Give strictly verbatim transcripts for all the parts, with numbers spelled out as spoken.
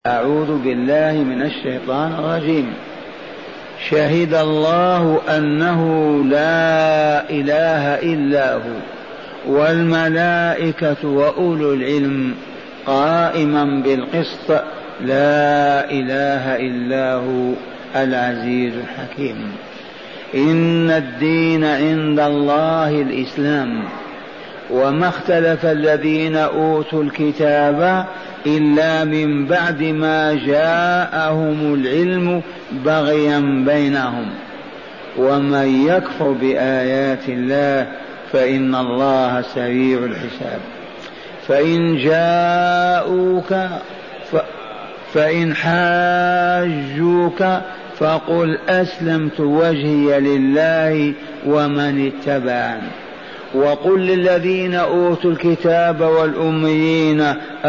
أعوذ بالله من الشيطان الرجيم. شهد الله أنه لا إله إلا هو والملائكة وأولو العلم قائما بالقسط لا إله إلا هو العزيز الحكيم. إن الدين عند الله الإسلام وما اختلف الذين أوتوا الكتاب إلا من بعد ما جاءهم العلم بغيا بينهم ومن يكفر بآيات الله فإن الله سريع الحساب. فإن جاءوك ف... فإن حاجوك فقل أسلمت وجهي لله ومن اتبعني وقل للذين أوتوا الكتاب والأميين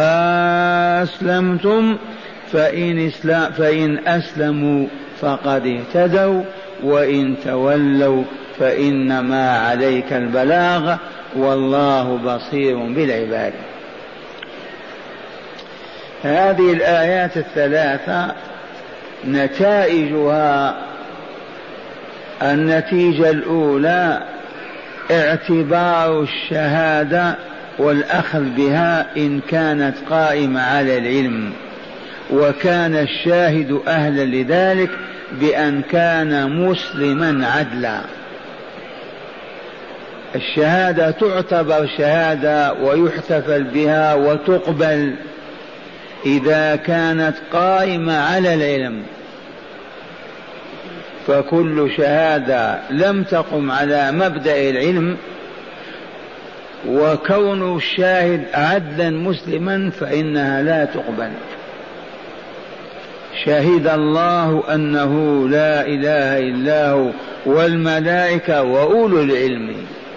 أسلمتم فإن, فإن أسلموا فقد اهتدوا وإن تولوا فإنما عليك البلاغ والله بصير بالعباد. هذه الآيات الثلاثة نتائجها: النتيجة الأولى اعتبار الشهادة والأخذ بها إن كانت قائمة على العلم، وكان الشاهد أهلا لذلك بأن كان مسلما عدلا. الشهادة تعتبر شهادة ويحتفل بها وتقبل إذا كانت قائمة على العلم، فكل شهادة لم تقم على مبدأ العلم وكون الشاهد عدلا مسلما فإنها لا تقبل. شهد الله أنه لا إله إلا هو والملائكة وأولو العلم.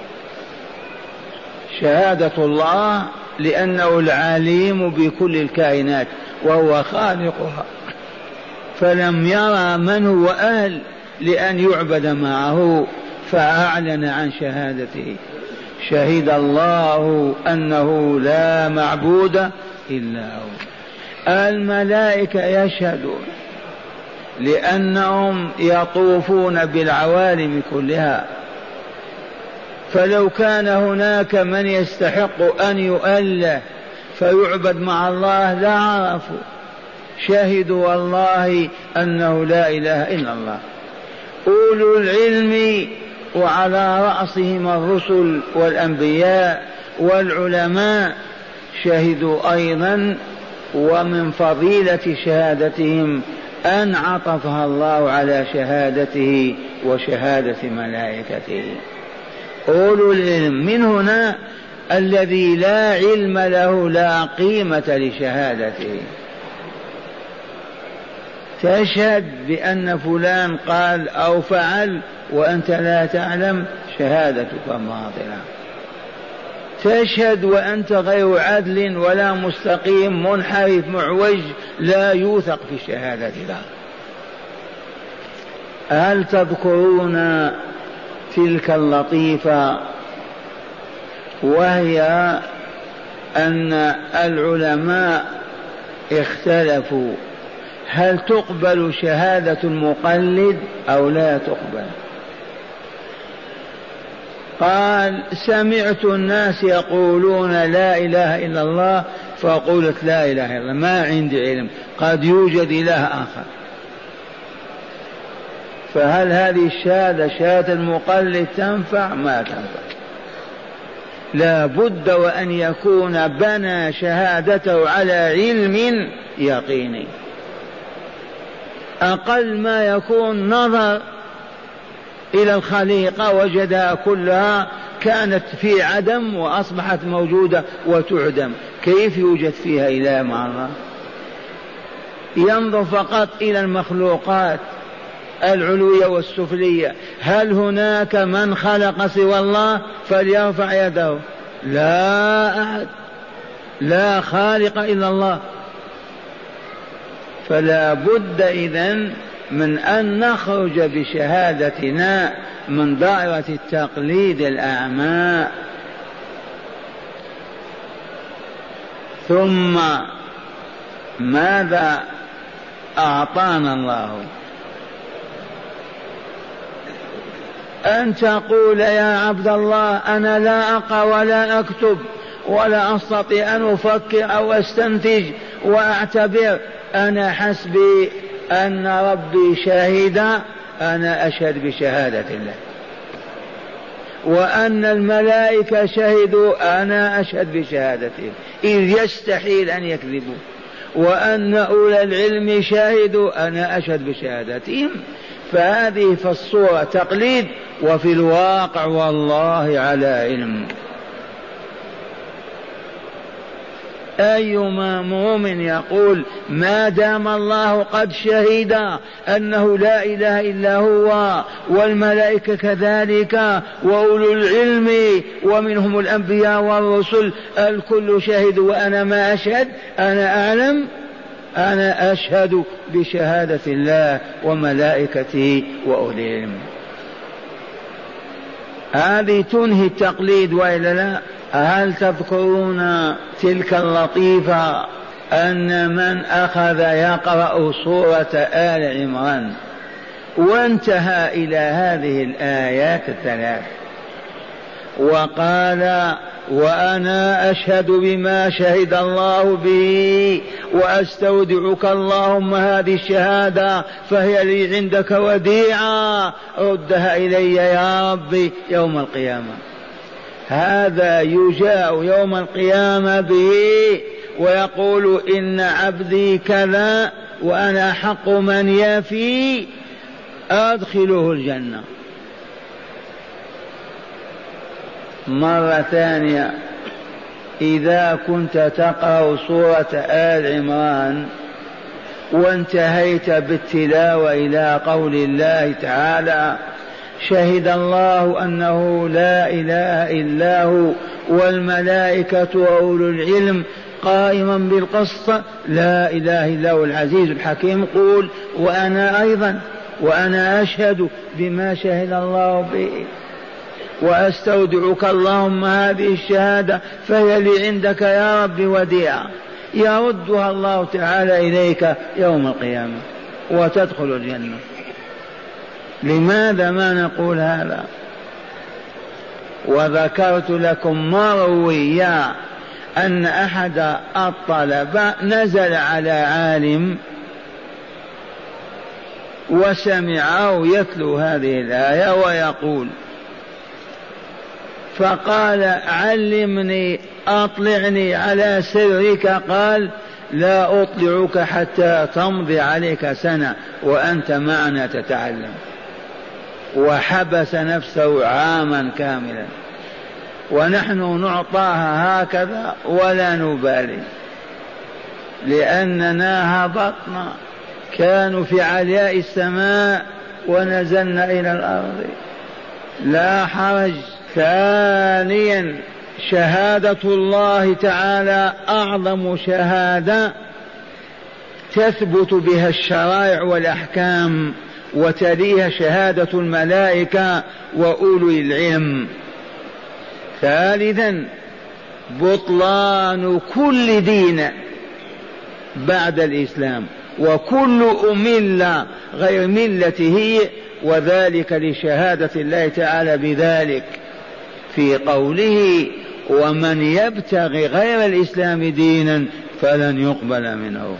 شهادة الله لأنه العليم بكل الكائنات وهو خالقها، فلم يرى من هو أهل لأن يعبد معه فأعلن عن شهادته. شهد الله أنه لا معبود إلا هو. الملائكة يشهدون لأنهم يطوفون بالعوالم كلها، فلو كان هناك من يستحق أن يؤله فيعبد مع الله لعرفوا. شهدوا والله أنه لا إله إلا الله. أولو العلم وعلى رأسهم الرسل والأنبياء والعلماء شهدوا أيضا، ومن فضيلة شهادتهم أن عطفها الله على شهادته وشهادة ملائكته. أولو العلم من هنا الذي لا علم له لا قيمة لشهادته. تشهد بأن فلان قال أو فعل وأنت لا تعلم، شهادتك باطلة. تشهد وأنت غير عدل ولا مستقيم، منحرف معوج، لا يوثق في الشهادة له. هل تذكرون تلك اللطيفة، وهي أن العلماء اختلفوا هل تقبل شهادة المقلد أو لا تقبل؟ قال: سمعت الناس يقولون لا إله إلا الله فقلت لا إله إلا الله، ما عندي علم، قد يوجد إله آخر. فهل هذه الشهادة شهادة المقلد تنفع؟ ما تنفع. لا بد وأن يكون بنى شهادته على علم يقيني. أقل ما يكون نظر إلى الخليقة وجدها كلها كانت في عدم وأصبحت موجودة وتعدم، كيف يوجد فيها إله مع الله؟ ينظر فقط إلى المخلوقات العلوية والسفلية. هل هناك من خلق سوى الله؟ فليرفع يده. لا أحد، لا خالق إلا الله. فلا بد إذن من أن نخرج بشهادتنا من دائرة التقليد الأعمى. ثم ماذا أعطانا الله؟ أن تقول يا عبد الله أنا لا أقرأ ولا أكتب ولا أستطيع أن أفكر أو أستنتج وأعتبر، أنا حسبي أن ربي شهد، أنا أشهد بشهادة الله، وأن الملائكة شهدوا، أنا أشهد بشهادتهم، إذ يستحيل أن يكذبوا، وأن أولى العلم شهدوا، أنا أشهد بشهادتهم. فهذه في الصورة تقليد، وفي الواقع والله على علم. أيما مؤمن يقول ما دام الله قد شهد أنه لا إله إلا هو والملائكة كذلك وأولو العلم ومنهم الأنبياء والرسل الكل شهد وأنا ما أشهد، أنا أعلم، أنا أشهد بشهادة الله وملائكته وأولي العلم. هذه تنهي التقليد وإلا لا؟ هل تذكرون تلك اللطيفة أن من أخذ يقرأ سورة آل عمران وانتهى إلى هذه الآيات الثلاث وقال وأنا أشهد بما شهد الله به وأستودعك اللهم هذه الشهادة فهي لي عندك وديعة ردها إلي يا ربي يوم القيامة، هذا يجاء يوم القيامة به ويقول إن عبدي كذا وأنا حق من يفي أدخله الجنة. مرة ثانية، إذا كنت تقرأ سورة آل عمران وانتهيت بالتلاوة إلى قول الله تعالى شهد الله أنه لا إله إلا هو والملائكة وأولو العلم قائما بالقسط لا إله إلا هو العزيز الحكيم، قول وأنا أيضا وأنا أشهد بما شهد الله به وأستودعك اللهم هذه الشهادة فهي لي عندك يا رب وديعة، يردها الله تعالى إليك يوم القيامة وتدخل الجنة. لماذا ما نقول هذا؟ وذكرت لكم مرويا أن أحد الطلبة نزل على عالم وسمعه يتلو هذه الآية ويقول، فقال علمني أطلعني على سرك، قال لا أطلعك حتى تمضي عليك سنة وأنت معنا تتعلم، وحبس نفسه عاما كاملا، ونحن نعطاها هكذا ولا نبالي لأننا هبطنا، كانوا في علياء السماء ونزلنا إلى الأرض، لا حرج. ثانيا شهادة الله تعالى أعظم شهادة تثبت بها الشرائع والأحكام، وتليها شهادة الملائكة وأولو العلم. ثالثا بطلان كل دين بعد الإسلام وكل ملة غير ملته، وذلك لشهادة الله تعالى بذلك في قوله ومن يبتغي غير الإسلام دينا فلن يقبل منه،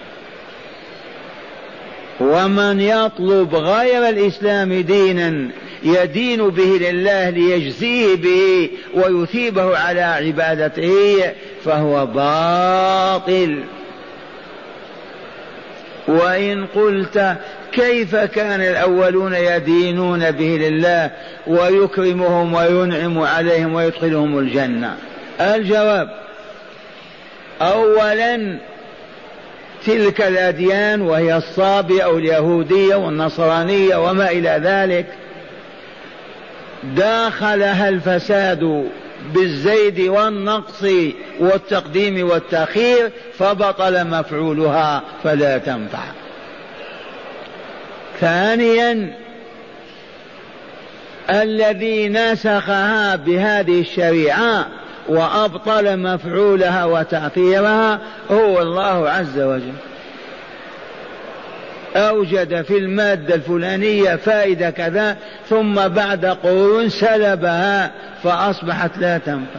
ومن يطلب غير الإسلام دينا يدين به لله ليجزيه به ويثيبه على عبادته فهو باطل. وإن قلت كيف كان الأولون يدينون به لله ويكرمهم وينعم عليهم ويدخلهم الجنة؟ الجواب أولا تلك الأديان وهي الصابئة أو اليهودية والنصرانية وما إلى ذلك داخلها الفساد بالزيد والنقص والتقديم والتأخير فبطل مفعولها فلا تنفع. ثانيا الذي نسخها بهذه الشريعة وأبطل مفعولها وتأثيرها هو الله عز وجل. أوجد في المادة الفلانية فائدة كذا ثم بعد قرون سلبها فأصبحت لا تنفع.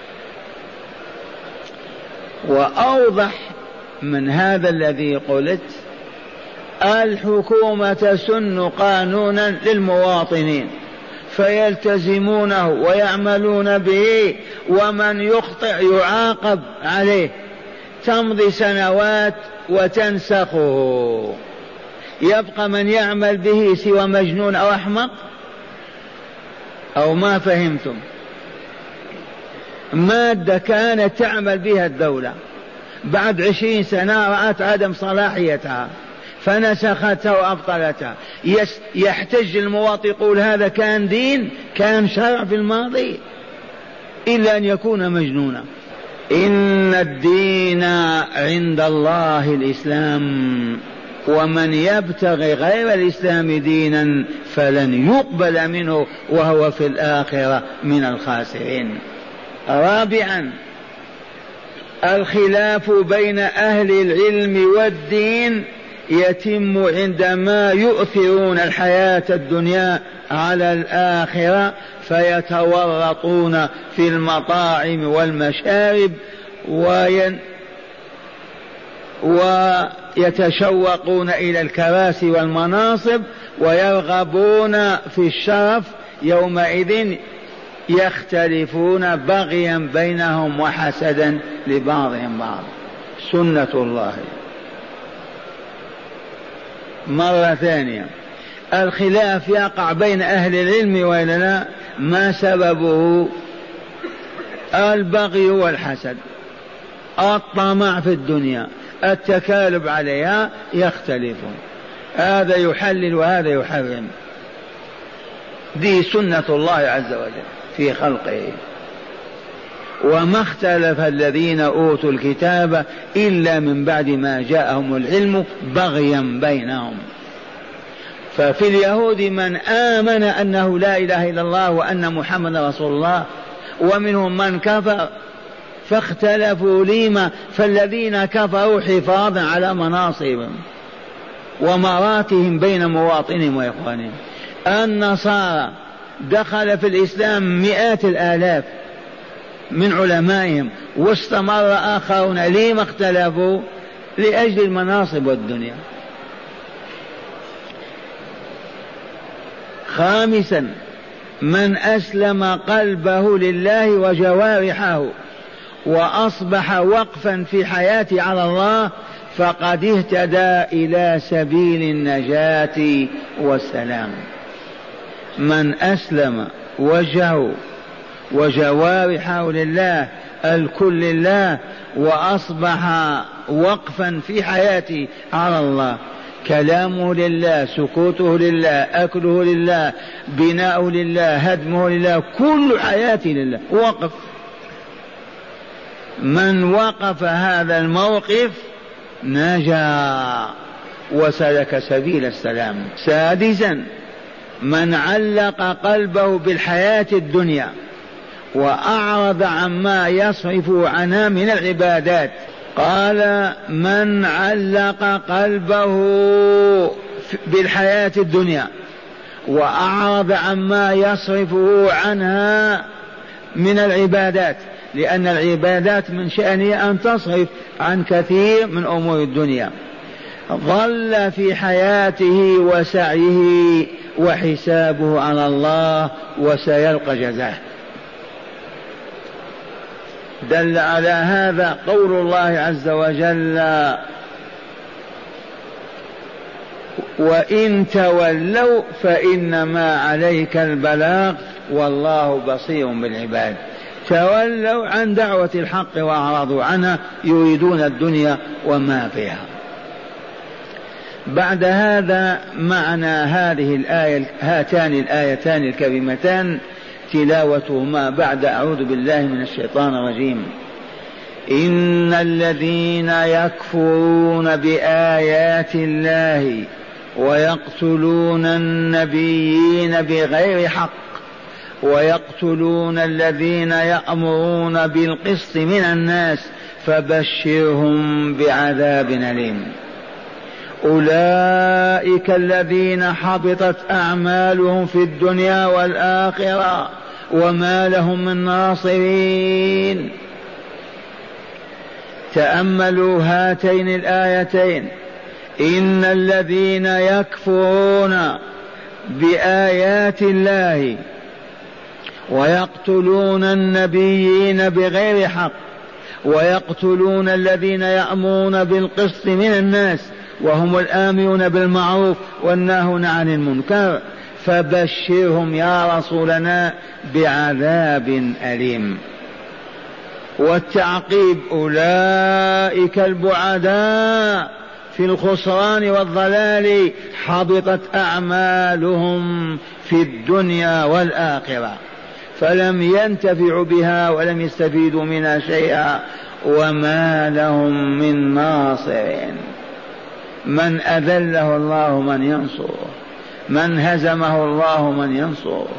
وأوضح من هذا الذي قلت الحكومة تسن قانونا للمواطنين فيلتزمونه ويعملون به، ومن يخطئ يعاقب عليه. تمضي سنوات وتنسخه، يبقى من يعمل به سوى مجنون أو أحمق؟ أو ما فهمتم؟ مادة كانت تعمل بها الدولة بعد عشرين سنة رأت عدم صلاحيتها فنسختها وأبطلتها، يحتج المواطن يقول هذا كان دين كان شرع في الماضي إلا أن يكون مجنونا. إن الدين عند الله الإسلام ومن يبتغي غير الإسلام دينا فلن يقبل منه وهو في الآخرة من الخاسرين. رابعا الخلاف بين أهل العلم والدين يتم عندما يؤثرون الحياة الدنيا على الآخرة فيتورطون في المطاعم والمشارب وين ويتشوقون إلى الكراسي والمناصب ويرغبون في الشرف. يومئذ يختلفون بغيا بينهم وحسدا لبعضهم بعض. سنة الله. مرة ثانية الخلاف يقع بين أهل العلم وإلا لا؟ ما سببه؟ البغي والحسد، الطمع في الدنيا، التكالب عليها، يختلفون، هذا يحلل وهذا يحرم. دي سنة الله عز وجل في خلقه. وما اختلف الذين أوتوا الكتاب إلا من بعد ما جاءهم العلم بغيا بينهم. ففي اليهود من آمن أنه لا إله إلا الله وأن محمد رسول الله، ومنهم من كفر فاختلفوا. لما؟ فالذين كفروا حفاظا على مناصبهم ومراتهم بين مواطنهم وإخوانهم. النصارى دخل في الإسلام مئات الآلاف من علمائهم واستمر آخرون. لما اختلفوا؟ لأجل المناصب والدنيا. خامسا من أسلم قلبه لله وجوارحه وأصبح وقفا في حياته على الله فقد اهتدى إلى سبيل النجاة والسلام. من أسلم وجهه وجوارحه لله الكل لله وأصبح وقفا في حياته على الله، كلامه لله، سكوته لله، أكله لله، بناؤه لله، هدمه لله، كل حياته لله، وقف. من وقف هذا الموقف نجا وسلك سبيل السلام. سادسا من علق قلبه بالحياة الدنيا وأعرض عما يصرف عنها من العبادات. قال من علق قلبه بالحياة الدنيا وأعرض عما يصرفه عنها من العبادات، لأن العبادات من شأنها أن تصرف عن كثير من أمور الدنيا، ظل في حياته وسعيه وحسابه على الله وسيلقى جزاءه. دل على هذا قول الله عز وجل وإن تولوا فإنما عليك البلاغ والله بصير بالعباد. تولوا عن دعوة الحق وأعرضوا عنها يريدون الدنيا وما فيها. بعد هذا معنى هذه الآية هاتان الآيتان الكريمتان تلاوتهما بعد أعوذ بالله من الشيطان الرجيم. إن الذين يكفرون بآيات الله ويقتلون النبيين بغير حق ويقتلون الذين يأمرون بالقسط من الناس فبشرهم بعذاب أليم. أولئك الذين حبطت أعمالهم في الدنيا والآخرة وما لهم من ناصرين. تأملوا هاتين الآيتين: إن الذين يكفرون بآيات الله ويقتلون النبيين بغير حق ويقتلون الذين يأمرون بالقسط من الناس وهم الآمرون بالمعروف والناهون عن المنكر فبشرهم يا رسولنا بعذاب أليم. والتعقيب: أولئك البعداء في الخسران والضلال حبطت أعمالهم في الدنيا والآخرة فلم ينتفعوا بها ولم يستفيدوا منها شيئا وما لهم من ناصرين. من أذله الله من ينصره، من هزمه الله من ينصره.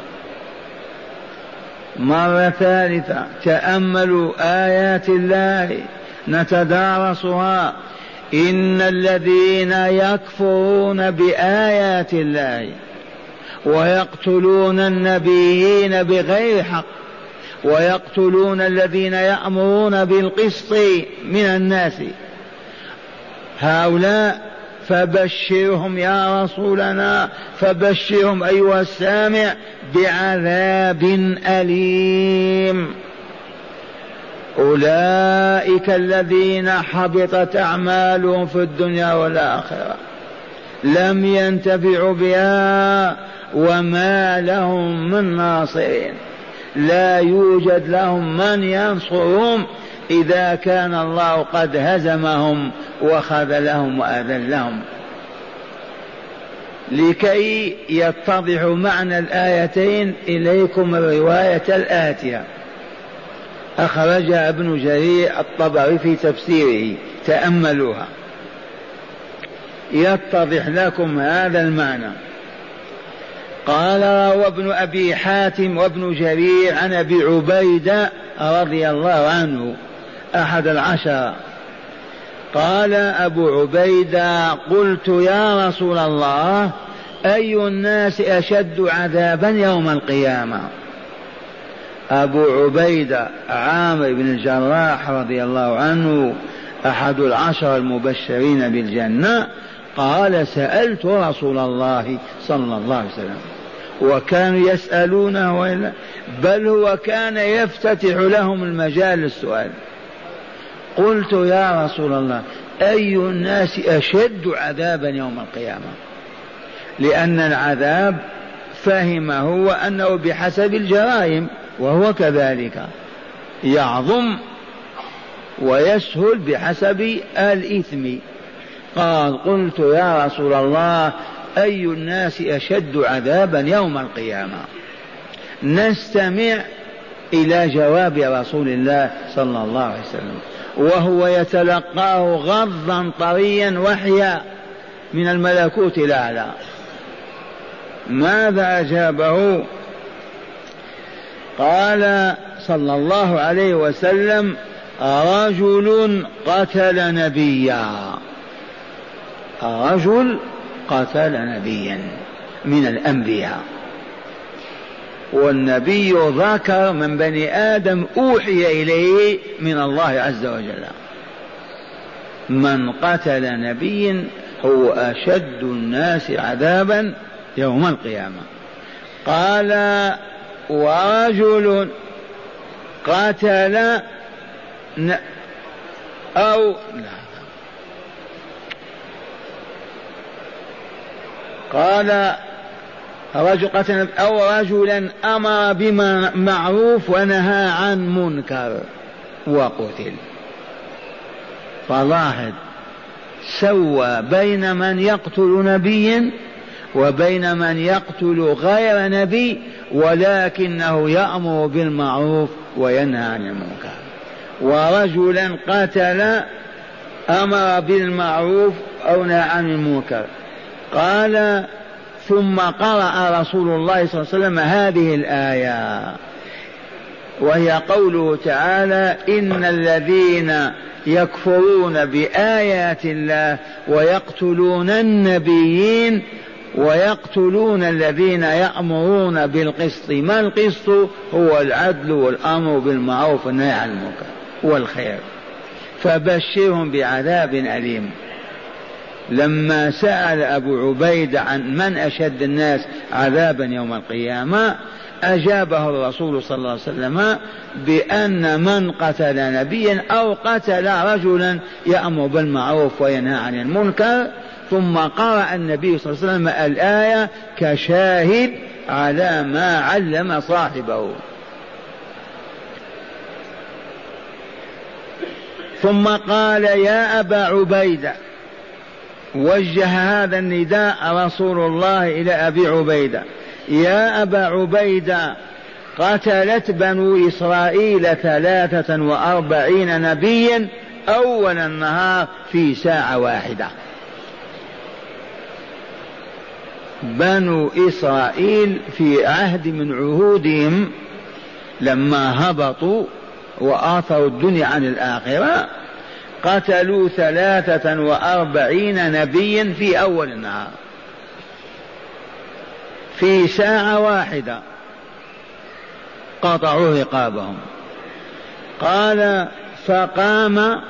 مرة ثالثة: تأملوا آيات الله نتدارسها. إن الذين يكفرون بآيات الله ويقتلون النبيين بغير حق ويقتلون الذين يأمرون بالقسط من الناس هؤلاء فبشرهم يا رسولنا، فبشرهم أيها السامع بعذاب أليم. أولئك الذين حبطت أعمالهم في الدنيا والآخرة لم ينتفعوا بها وما لهم من ناصرين. لا يوجد لهم من ينصرهم إذا كان الله قد هزمهم وخذلهم وأذلهم. لكي يتضح معنى الآيتين إليكم الرواية الآتية أخرجها ابن جرير الطبري في تفسيره، تأملوها يتضح لكم هذا المعنى. قال روى ابن أبي حاتم وابن جرير عن أبي عبيدة رضي الله عنه أحد العشرة قال أبو عبيدة: قلت يا رسول الله أي الناس أشد عذابا يوم القيامة؟ أبو عبيدة عامر بن الجراح رضي الله عنه أحد العشر المبشرين بالجنة قال: سألت رسول الله صلى الله عليه وسلم. وكانوا يسألونه وإلا بل هو كان يفتتح لهم المجال للسؤال. قلت يا رسول الله أي الناس أشد عذابا يوم القيامة؟ لأن العذاب فهمه هو أنه بحسب الجرائم وهو كذلك يعظم ويسهل بحسب الإثم. قال: قلت يا رسول الله أي الناس أشد عذابا يوم القيامة؟ نستمع إلى جواب رسول الله صلى الله عليه وسلم وهو يتلقاه غضا طريا وحيا من الملكوت الأعلى. ماذا أجابه؟ قال صلى الله عليه وسلم: رجل قتل نبيا. رجل قتل نبيا من الأنبياء، والنبي ذكر من بني آدم أوحي إليه من الله عز وجل. من قتل نبيا هو أشد الناس عذابا يوم القيامة. قال: ورجل قتل ن... أو لا. قال: رجل قتل أو رجلا أمر بما معروف ونهى عن منكر وقتل. فلاحظ سوى بين من يقتل نبيا وبين من يقتل غير نبي، ولكنه يأمر بالمعروف وينهى عن المنكر. ورجلا قتل أمر بالمعروف أو نهى عن المنكر. قال: ثم قرأ رسول الله صلى الله عليه وسلم هذه الآية، وهي قوله تعالى: إن الذين يكفرون بآيات الله ويقتلون النبيين ويقتلون الذين يأمرون بالقسط. ما القسط؟ هو العدل والأمر بالمعروف والنهي عن المنكر والخير، فبشرهم بعذاب أليم. لما سأل أبو عبيدة عن من أشد الناس عذابا يوم القيامة أجابه الرسول صلى الله عليه وسلم بأن من قتل نبيا أو قتل رجلا يأمر بالمعروف وينهى عن المنكر. ثم قرأ النبي صلى الله عليه وسلم الآية كشاهد على ما علم صاحبه. ثم قال: يا أبا عبيدة، وجه هذا النداء رسول الله إلى أبي عبيدة: يا أبا عبيدة، قتلت بنو إسرائيل ثلاثة وأربعين نبيا أول النهار في ساعة واحدة. بنو إسرائيل في عهد من عهودهم لما هبطوا وآثروا الدنيا عن الآخرة قتلوا ثلاثة وأربعين نبيا في أول النهار في ساعة واحدة، قطعوا رقابهم. قال: فقام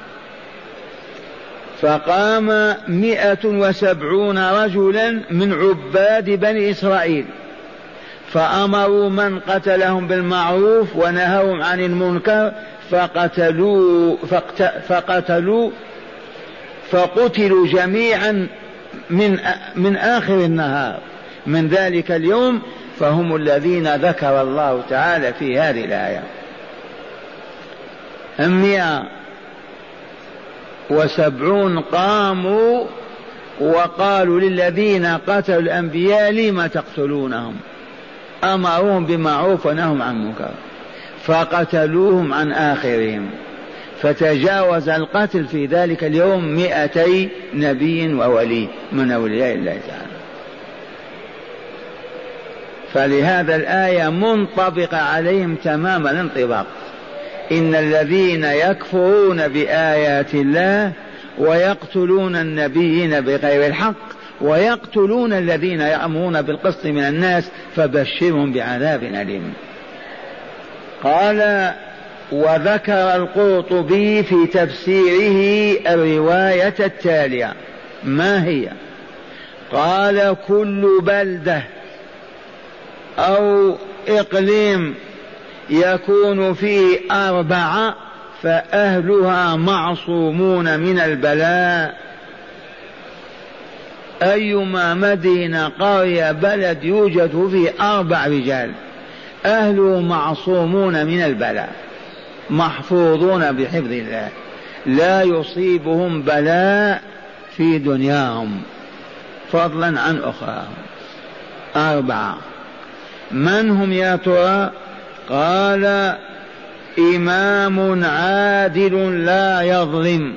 فقام مئة وسبعون رجلا من عباد بني إسرائيل فأمروا من قتلهم بالمعروف ونهوا عن المنكر فقتلوا فقتلوا فقتلوا جميعا من من آخر النهار من ذلك اليوم، فهم الذين ذكر الله تعالى في هذه الآية. مئة وسبعون قاموا وقالوا للذين قتلوا الأنبياء: لم تقتلونهم؟ أمرهم بمعروف ونهوا عن منكر، فقتلوهم عن آخرهم، فتجاوز القتل في ذلك اليوم مئتي نبي وولي من أولياء الله تعالى. فلهذا الآية منطبقة عليهم تمام الانطباق: إن الذين يكفرون بآيات الله ويقتلون النبيين بغير الحق ويقتلون الذين يأمرون بالقسط من الناس فبشرهم بعذاب أليم. قال: وذكر القرطبي في تفسيره الرواية التالية. ما هي؟ قال: كل بلدة أو إقليم يكون فيه أربعة فأهلها معصومون من البلاء. أيما مدينة قرية بلد يوجد فيه أربع رجال أهله معصومون من البلاء، محفوظون بحفظ الله، لا يصيبهم بلاء في دنياهم فضلا عن أخراهم. أربعة. من هم يا ترى؟ قال: إمام عادل لا يظلم،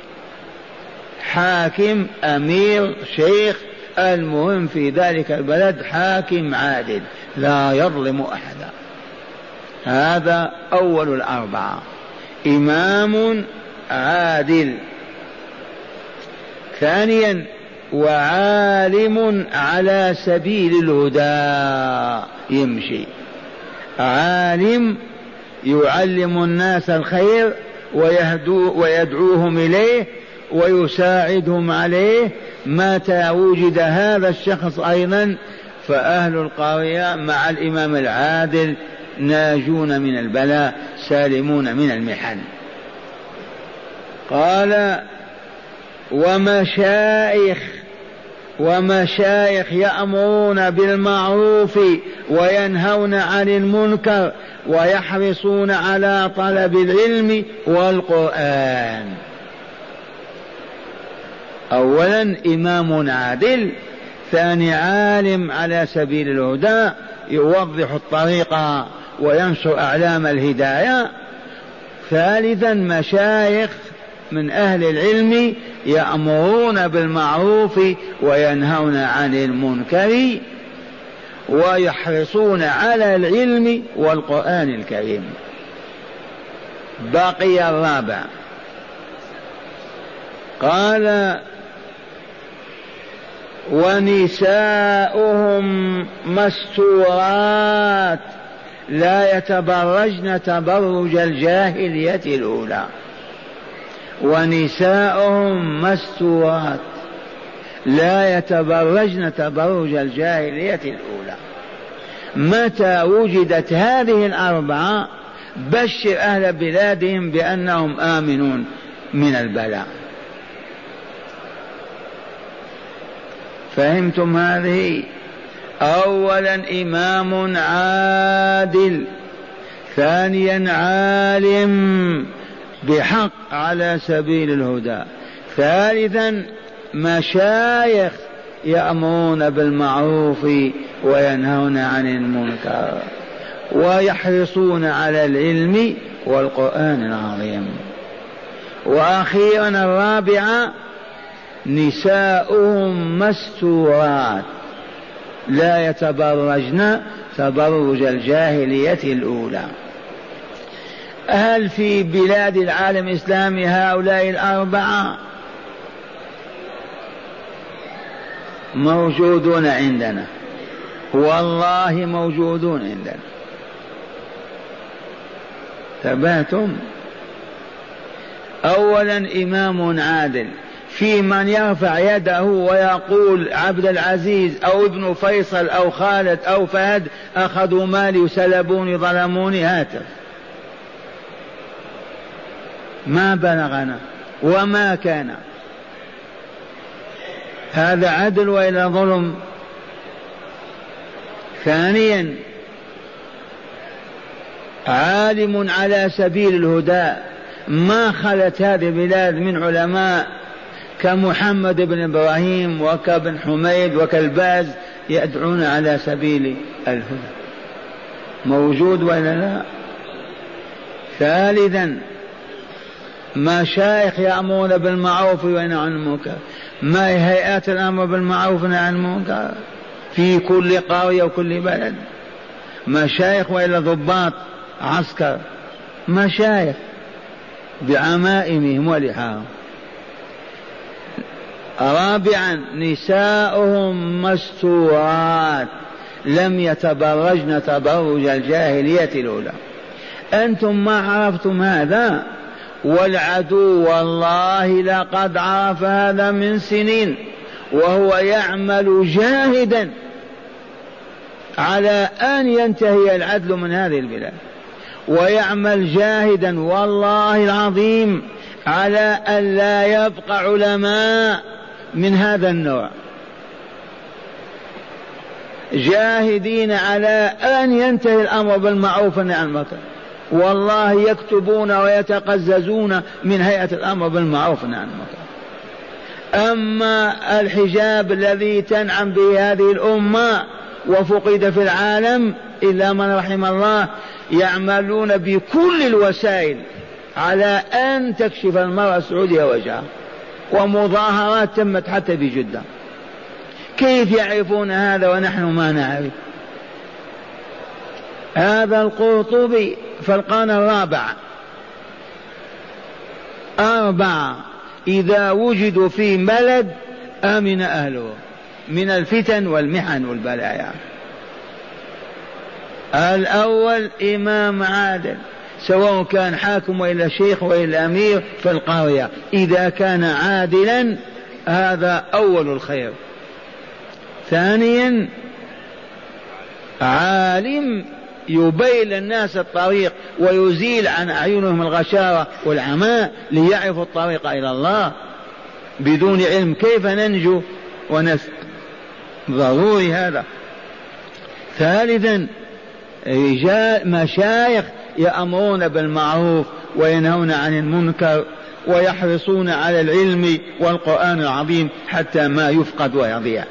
حاكم أمير شيخ، المهم في ذلك البلد حاكم عادل لا يظلم أحدا. هذا أول الأربعة، إمام عادل. ثانيا: وعالم على سبيل الهدى، يمشي عالم يعلم الناس الخير ويدعوهم إليه ويساعدهم عليه. متى وجد هذا الشخص أيضا فأهل القرية مع الإمام العادل ناجون من البلاء سالمون من المحن. قال: ومشايخ ومشايخ يأمرون بالمعروف وينهون عن المنكر ويحرصون على طلب العلم والقرآن. أولا إمام عادل، ثاني عالم على سبيل الهدى يوضح الطريق وينشر أعلام الهداية، ثالثا مشايخ من أهل العلم يأمرون بالمعروف وينهون عن المنكر ويحرصون على العلم والقرآن الكريم. بقي الرابع، قال ونساؤهم مستورات لا يتبرجن تبرج الجاهلية الأولى. ونساؤهم مستورات لا يتبرجن تبرج الجاهلية الأولى. متى وجدت هذه الأربعة بشر أهل بلادهم بأنهم آمنون من البلاء. فهمتم هذه؟ أولا إمام عادل، ثانيا عالم بحق على سبيل الهدى، ثالثا مشايخ يأمرون بالمعروف وينهون عن المنكر ويحرصون على العلم والقرآن العظيم، وأخيرا الرابعة نساؤهم مستورات لا يتبرجن تبرج الجاهلية الأولى. هل في بلاد العالم الإسلامي هؤلاء الأربعة؟ موجودون عندنا، والله موجودون عندنا. ثباتهم. أولا إمام عادل، في من يرفع يده ويقول عبد العزيز أو ابن فيصل أو خالد أو فهد أخذوا مالي وسلبوني ظلموني، هاتف ما بلغنا وما كان. هذا عدل وإلا ظلم؟ ثانيا عالم على سبيل الهدى، ما خلت هذه البلاد من علماء كمحمد بن إبراهيم وكابن حميد وكالباز يدعون على سبيل الهدى. موجود ولا لا؟ ثالثا مشايخ يأمرون بالمعروف وينهون عن المنكر. ما هي هيئات الأمر بالمعروف والنهي عن المنكر في كل قرية وكل بلد؟ مشايخ وإلا ضباط عسكر؟ مشايخ بعمائمهم ولحاهم. رابعا نساؤهم مستورات لم يتبرجن تبرج الجاهلية الأولى. أنتم ما عرفتم هذا، والعدو والله لقد عرف هذا من سنين، وهو يعمل جاهدا على أن ينتهي العدل من هذه البلاد، ويعمل جاهدا والله العظيم على أن لا يبقى علماء من هذا النوع، جاهدين على أن ينتهي الأمر بالمعروف والنهي عن المنكر. والله يكتبون ويتقززون من هيئة الأمر بالمعروف والنهي عن المنكر. أما الحجاب الذي تنعم به هذه الأمة وفقد في العالم إلا من رحم الله، يعملون بكل الوسائل على أن تكشف المرأة السعودية وجهها، ومظاهرات تمت حتى بجدة. كيف يعرفون هذا ونحن ما نعرف؟ هذا القرطبي فالقان الرابع. أربعة إذا وجدوا في بلد آمن أهله من الفتن والمحن والبلايا. الأول إمام عادل، سواء كان حاكم وإلا شيخ وإلا أمير في القرية، إذا كان عادلا هذا أول الخير. ثانيا عالم يبين للناس الطريق ويزيل عن أعينهم الغشاوة والعماء ليعرفوا الطريق إلى الله. بدون علم كيف ننجو ونس ضروري هذا. ثالثا رجال مشايخ يأمرون بالمعروف وينهون عن المنكر ويحرصون على العلم والقرآن العظيم حتى ما يفقد ويضيع.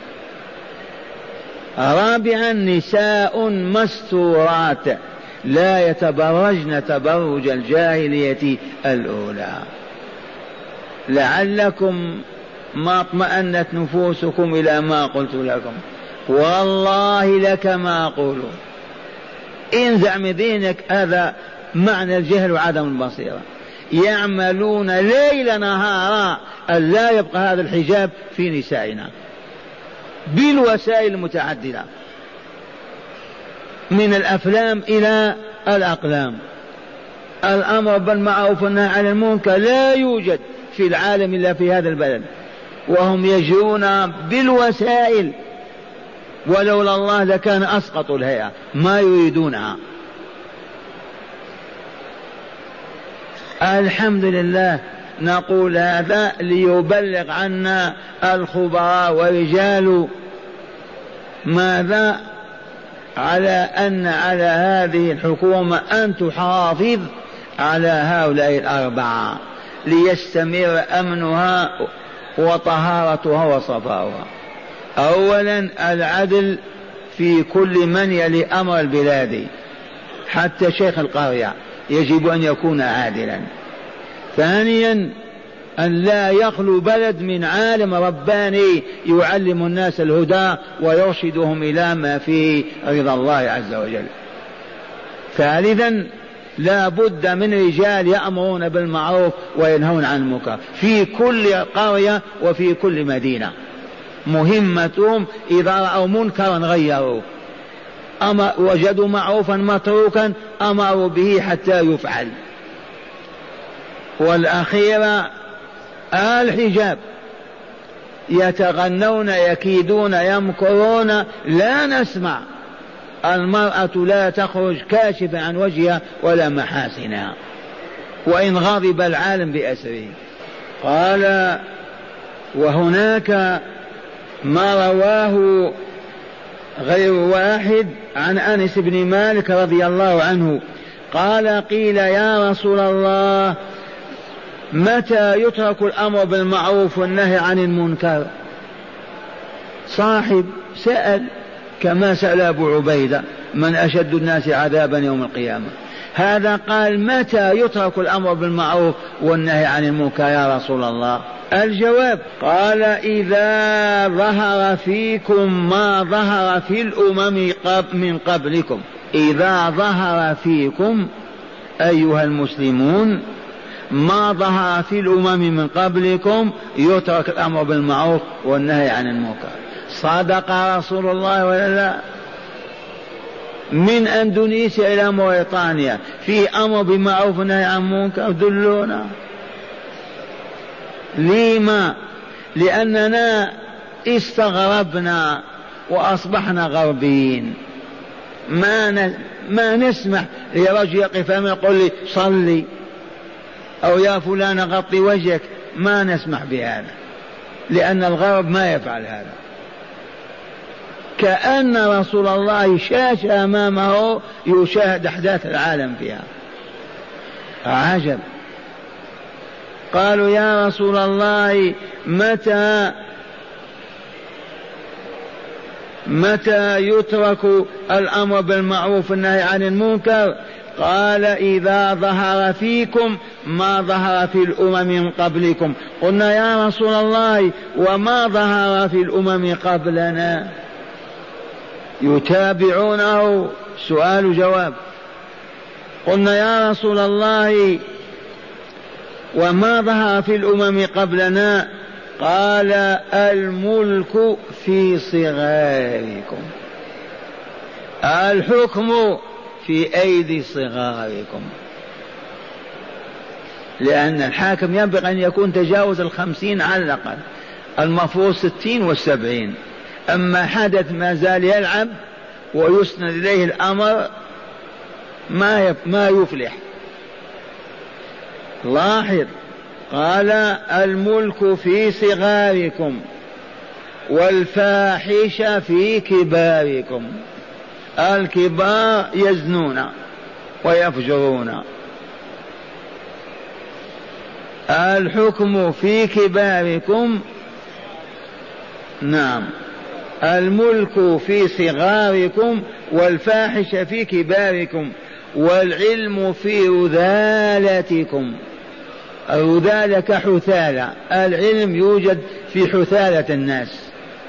رابعا نساء مستورات لا يتبرجن تبرج الجاهلية الأولى. لعلكم ما اطمأنت نفوسكم إلى ما قلت لكم. والله لك ما أقول. انزع من دينك هذا معنى الجهل وعدم البصيرة. يعملون ليل نهارا أن لا يبقى هذا الحجاب في نسائنا بالوسائل المتعددة، من الأفلام إلى الأقلام. الأمر بالمعروف والنهي عن المنكر لا يوجد في العالم إلا في هذا البلد، وهم يجرون بالوسائل، ولولا الله لكان أسقط الهيئة، ما يريدونها. الحمد لله نقول هذا ليبلغ عنا الخبراء ورجال ماذا على أن على هذه الحكومة أن تحافظ على هؤلاء الأربعة ليستمر أمنها وطهارتها وصفاؤها. أولا العدل في كل من يلي أمر البلاد، حتى شيخ القرية يجب أن يكون عادلا. ثانيا أن لا يخلو بلد من عالم رباني يعلم الناس الهدى ويرشدهم إلى ما فيه رضا الله عز وجل. ثالثا لا بد من رجال يأمرون بالمعروف وينهون عن المنكر في كل قرية وفي كل مدينة. مهمتهم إذا رأوا منكرا غيروا، أما وجدوا معروفا متروكا أمروا به حتى يفعل. والأخيرة الحجاب، يتغنون يكيدون يمكرون، لا نسمع. المرأة لا تخرج كاشفة عن وجهها ولا محاسنها وإن غضب العالم بأسره. قال وهناك ما رواه غير واحد عن أنس بن مالك رضي الله عنه قال قيل يا رسول الله متى يترك الأمر بالمعروف والنهي عن المنكر؟ صاحب سأل كما سأل أبو عبيدة من أشد الناس عذابا يوم القيامة. هذا قال متى يترك الأمر بالمعروف والنهي عن المنكر يا رسول الله؟ الجواب قال إذا ظهر فيكم ما ظهر في الأمم من قبلكم. إذا ظهر فيكم أيها المسلمون ما ظهر في الأمم من قبلكم يترك الأمر بالمعروف والنهي عن المنكر. صدق رسول الله ولا لا؟ من أندونيسيا إلى موريطانيا في أمر بالمعروف والنهي عن المنكر. دلونا. لما؟ لأننا استغربنا وأصبحنا غربيين. ما ما نسمح لرجل يقف أمامي يقول لي صلي أو يا فلان غطي وجهك، ما نسمح بهذا، لأن الغرب ما يفعل هذا. كأن رسول الله شاشة أمامه يشاهد أحداث العالم فيها. عجب. قالوا يا رسول الله متى متى يترك الأمر بالمعروف والنهي عن المنكر؟ قال إذا ظهر فيكم ما ظهر في الأمم من قبلكم. قلنا يا رسول الله وما ظهر في الأمم قبلنا؟ يتابعونه. سؤال جواب. قلنا يا رسول الله وما ظهر في الأمم قبلنا؟ قال الملك في صغاركم، الحكم في أيدي صغاركم، لأن الحاكم ينبغي أن يكون تجاوز الخمسين على الأقل، المفروض ستين والسبعين. أما حدث ما زال يلعب ويسند إليه الأمر ما ما يفلح. لاحظ قال الملك في صغاركم والفاحشة في كباركم. الكبار يزنون ويفجرون، الحكم في كباركم. نعم، الملك في صغاركم والفاحشة في كباركم والعلم في رذالتكم. رذالة كحثالة، العلم يوجد في حثالة الناس.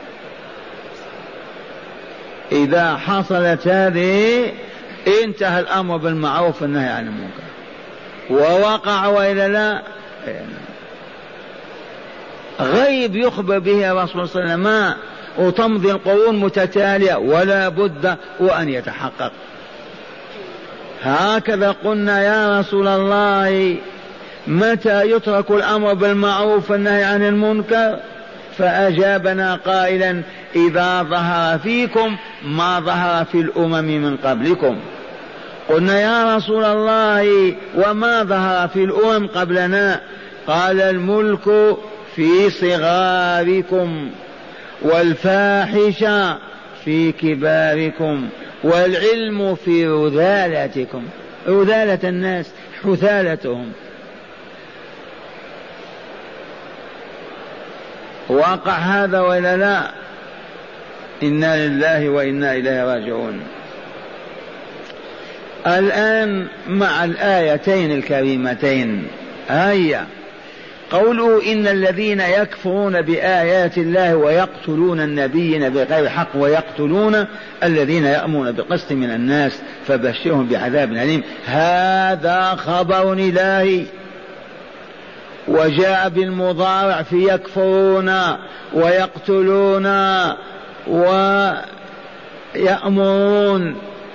إذا حصلت هذه انتهى الأمر بالمعروف والنهي عن المنكر، ووقع وإلا لا غيب يخبر به الرسول صلى الله عليه وسلم، وتمضي القرون متتالية ولا بد وأن يتحقق. هكذا قلنا يا رسول الله متى يترك الأمر بالمعروف والنهي عن المنكر؟ فأجابنا قائلا إذا ظهر فيكم ما ظهر في الأمم من قبلكم. قلنا يا رسول الله وما ظهر في الأمم قبلنا؟ قال الملك في صغاركم، والفاحشة في كباركم، والعلم في رذالتكم، رذالة الناس حثالتهم. وقع هذا ولا لا؟ إنا لله وإنا إليه راجعون. الآن مع الآيتين الكريمتين هيا قوله إن الذين يكفرون بآيات الله ويقتلون النبيين بغير حق ويقتلون الذين يأمرون بقسط من الناس فبشرهم بعذاب أليم. هذا خبر إلهي، وجاء بالمضارع في يكفرون ويقتلون ويأمرون.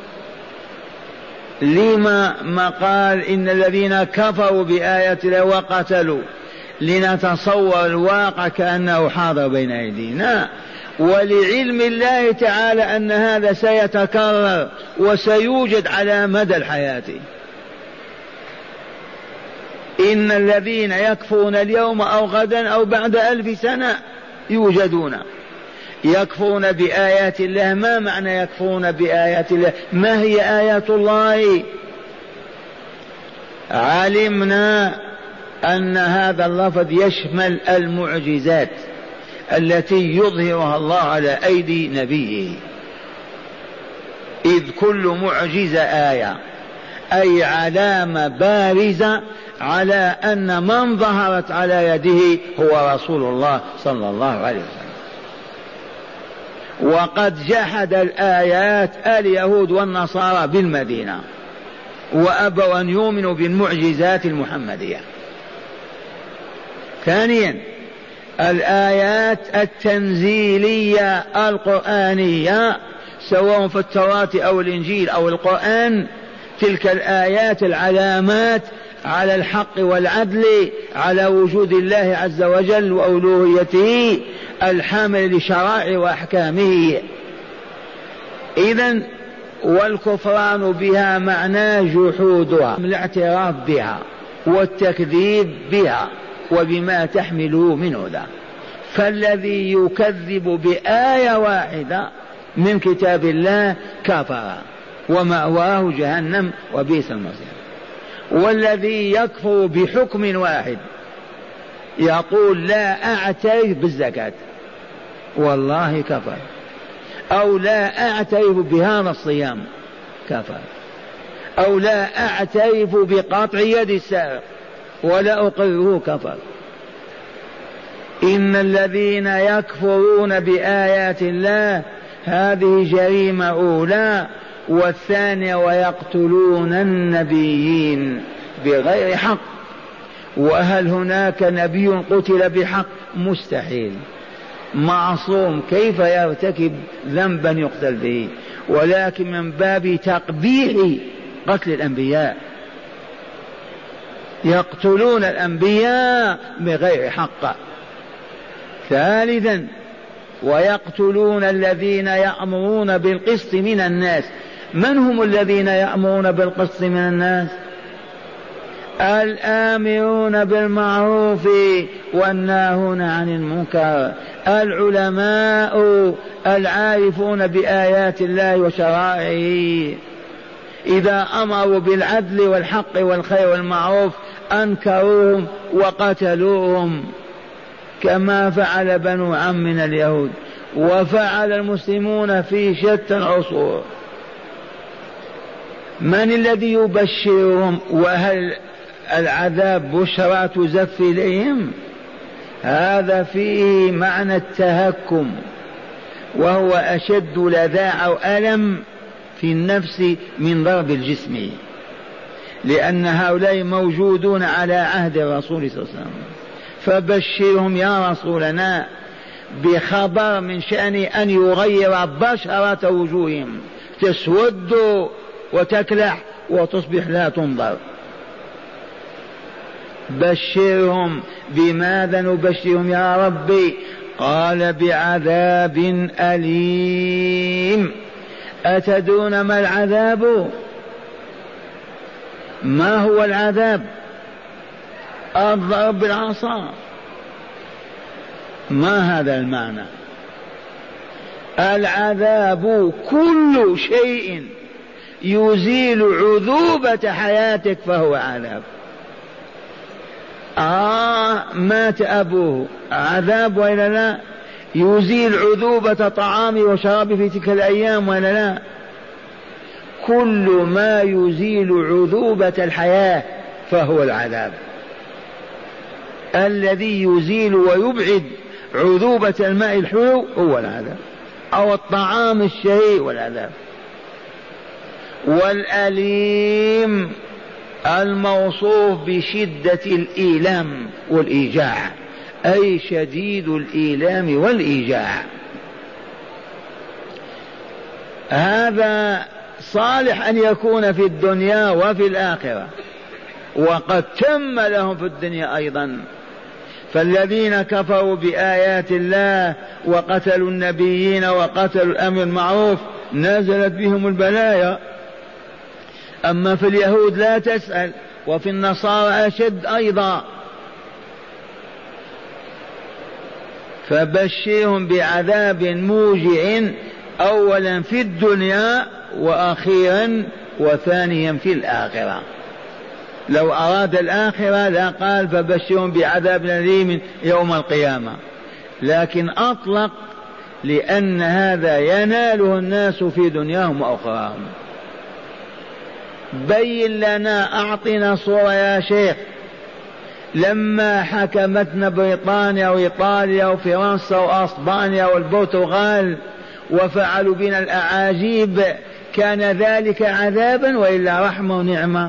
لما ما قال إن الذين كفروا بآيات الله وقتلوا؟ لنتصور الواقع كأنه حاضر بين أيدينا، ولعلم الله تعالى أن هذا سيتكرر وسيوجد على مدى الحياة. إن الذين يكفرون اليوم أو غدا أو بعد ألف سنة يوجدون يكفرون بآيات الله. ما معنى يكفرون بآيات الله؟ ما هي آيات الله؟ علمنا أن هذا اللفظ يشمل المعجزات التي يظهرها الله على أيدي نبيه، إذ كل معجزة آية، أي علامة بارزة على أن من ظهرت على يده هو رسول الله صلى الله عليه وسلم. وقد جحد الآيات اليهود والنصارى بالمدينة وأبوا أن يؤمنوا بالمعجزات المحمدية. ثانيا الآيات التنزيلية القرآنية سواء في التوراة أو الإنجيل أو القرآن، تلك الآيات العلامات على الحق والعدل، على وجود الله عز وجل وألوهيته الحامل لشرائع وأحكامه. إذن والكفران بها معناه جحودها، الاعتراف بها والتكذيب بها وبما تحمله من هدى. فالذي يكذب بآية واحدة من كتاب الله كفر ومأواه جهنم وبئس المصير. والذي يكفر بحكم واحد يقول لا أعترف بالزكاة والله كفر، أو لا أعترف بهذا الصيام كفر، أو لا أعترف بقطع يد السارق ولا أقره كفر. إن الذين يكفرون بآيات الله هذه جريمة أولى. والثانية ويقتلون النبيين بغير حق. وهل هناك نبي قتل بحق؟ مستحيل، معصوم، كيف يرتكب ذنبا يقتل به؟ ولكن من باب تقبيح قتل الأنبياء، يقتلون الأنبياء بغير حق. ثالثا ويقتلون الذين يأمرون بالقسط من الناس. من هم الذين يأمرون بالقسط من الناس؟ الآمرون بالمعروف والناهون عن المنكر، العلماء العارفون بآيات الله وشرائعه. إذا أمروا بالعدل والحق والخير والمعروف أنكروهم وقتلوهم، كما فعل بنو عمنا اليهود وفعل المسلمون في شتى العصور. من الذي يبشرهم؟ وهل العذاب بشرى تزف إليهم، هذا فيه معنى التهكم، وهو أشد لذاع أو ألم في النفس من ضرب الجسم، لأن هؤلاء موجودون على عهد الرسول صلى الله عليه وسلم. فبشرهم يا رسولنا بخبر من شأن أن يغير بشرة وجوههم، تسود وتكلح وتصبح لا تنظر. بشرهم. بماذا نبشرهم يا ربي؟ قال بعذاب أليم. أتدرون ما العذاب؟ ما هو العذاب؟ الضرب بالعصا. ما هذا المعنى؟ العذاب كل شيء يزيل عذوبة حياتك فهو عذاب. آه مات أبوه عذاب وإلا لا؟ يزيل عذوبة طعامه وشرابه في تلك الأيام وإلا لا؟ كل ما يزيل عذوبة الحياة فهو العذاب. الذي يزيل ويبعد عذوبة الماء الحلو هو العذاب، أو الطعام الشهي والعذاب. والأليم الموصوف بشدة الإيلام والإيجاع، أي شديد الإيلام والإيجاع. هذا صالح أن يكون في الدنيا وفي الآخرة، وقد تم لهم في الدنيا أيضا. فالذين كفروا بآيات الله وقتلوا النبيين وقتلوا الأمر المعروف نزلت بهم البلايا. أما في اليهود لا تسأل، وفي النصارى أشد أيضا. فبشرهم بعذاب موجع أولا في الدنيا وأخيرا وثانيا في الآخرة. لو أراد الآخرة لا قال فبشرهم بعذاب أليم يوم القيامة، لكن أطلق لأن هذا يناله الناس في دنياهم وأخراهم. بين لنا، أعطنا صورة يا شيخ. لما حكمتنا بريطانيا وإيطاليا وفرنسا وأسبانيا والبرتغال وفعلوا بنا الأعاجيب، كان ذلك عذابا وإلا رحمة ونعمة؟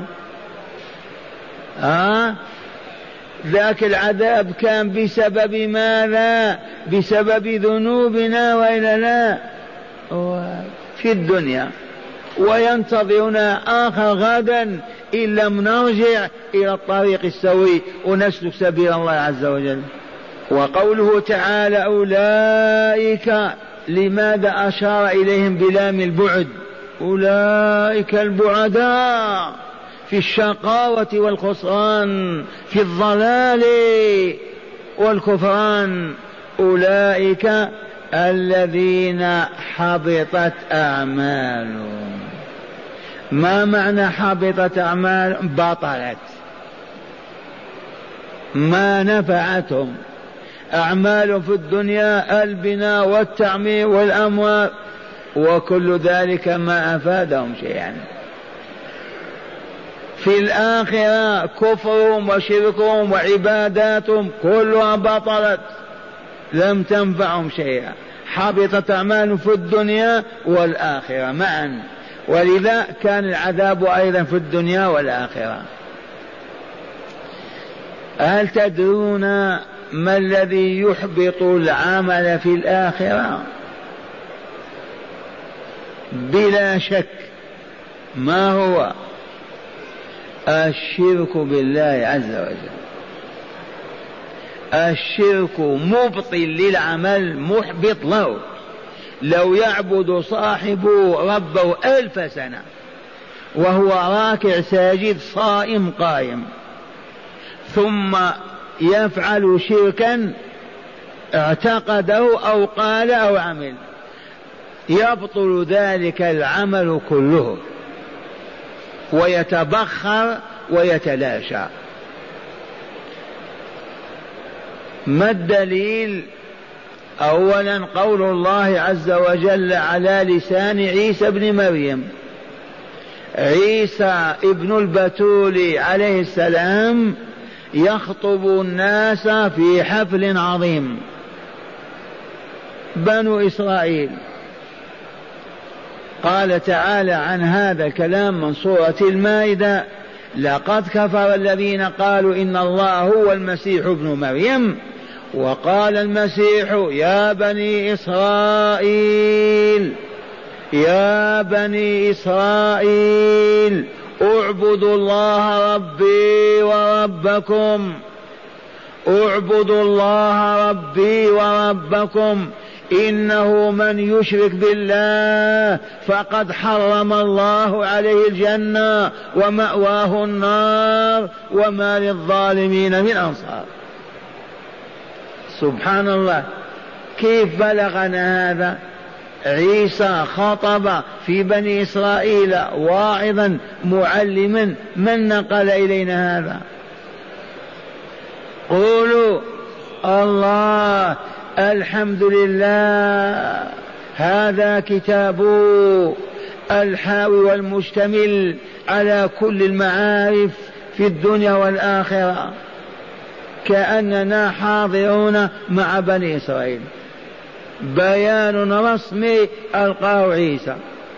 آه؟ ذاك العذاب كان بسبب ماذا؟ بسبب ذنوبنا وإلا لا؟ في الدنيا. وينتظرنا آخر غدا إن لم نرجع إلى الطريق السوي ونسلك سبيل الله عز وجل. وقوله تعالى أولئك، لماذا أشار إليهم بلام البعد؟ أولئك البعداء في الشقاوة والخسران، في الضلال والكفران. أولئك الذين حبطت أعمالهم. ما معنى حبطت أعمالهم؟ بطلت، ما نفعتهم أعمالهم في الدنيا، البناء والتعمير والأموال وكل ذلك ما أفادهم شيئا. في الآخرة كفرهم وشركهم وعباداتهم كلها بطلت، لم تنفعهم شيئا. حبطت أعمالهم في الدنيا والآخرة معا، ولذا كان العذاب أيضا في الدنيا والآخرة. هل تدرون ما الذي يحبط العمل في الآخرة؟ بلا شك. ما هو؟ الشرك بالله عز وجل. الشرك مبطل للعمل، محبط له. لو يعبد صاحبه ربه ألف سنة وهو راكع ساجد صائم قائم، ثم يفعل شركا اعتقده أو قال أو عمل، يبطل ذلك العمل كله ويتبخر ويتلاشى. ما الدليل؟ أولا قول الله عز وجل على لسان عيسى بن مريم: عيسى ابن البتول عليه السلام يخطب الناس في حفل عظيم، بنو إسرائيل. قال تعالى عن هذا الكلام من سورة المائدة: لقد كفر الذين قالوا إن الله هو المسيح ابن مريم، وقال المسيح يا بني إسرائيل يا بني إسرائيل اعبدوا الله ربي وربكم اعبدوا الله ربي وربكم إنه من يشرك بالله فقد حرم الله عليه الجنة ومأواه النار وما للظالمين من أنصار. سبحان الله، كيف بلغنا هذا؟ عيسى خطب في بني إسرائيل واعظا معلما، من نقل إلينا هذا؟ قولوا الله، الحمد لله، هذا كتابه الحاوي والمشتمل على كل المعارف في الدنيا والآخرة، كأننا حاضرون مع بني إسرائيل. بيان رسمي ألقاه عيسى: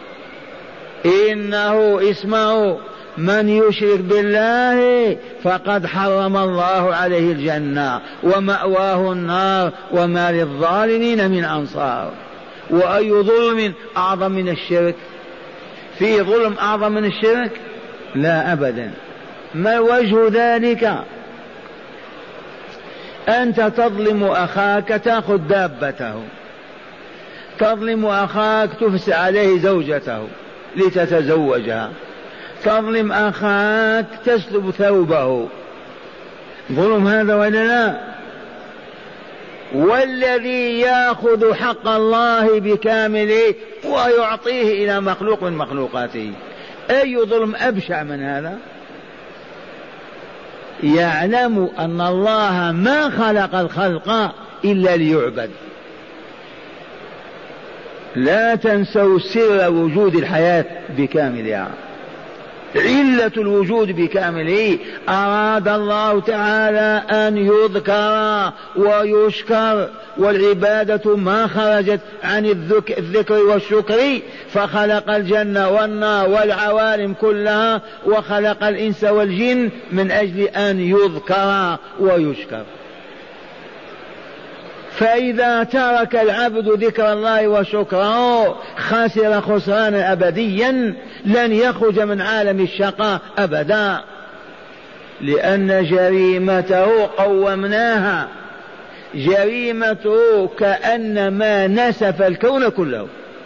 إنه اسمه من يشرك بالله فقد حرم الله عليه الجنة ومأواه النار وما للظالمين من أنصار. وأي ظلم أعظم من الشرك؟ في ظلم أعظم من الشرك؟ لا أبدا. ما وجه ذلك؟ أنت تظلم أخاك تأخذ دابته، تظلم أخاك تفسي عليه زوجته لتتزوجها، تظلم أخاك تسلب ثوبه، ظلم هذا ولا لا؟ والذي يأخذ حق الله بكامله ويعطيه إلى مخلوق من مخلوقاته، أي ظلم أبشع من هذا؟ يعلم أن الله ما خلق الخلق إلا ليعبد. لا تنسوا سر وجود الحياة بكاملها، علة الوجود بكامله. أراد الله تعالى أن يذكر ويشكر، والعبادة ما خرجت عن الذكر والشكر، فخلق الجنة والنار والعوالم كلها، وخلق الإنس والجن من أجل أن يذكر ويشكر. فإذا ترك العبد ذكر الله وشكره خسر خسرانا أبديا، لن يخرج من عالم الشقاء أبدا، لأن جريمته قومناها. جريمته كأنما نسف الكون كله.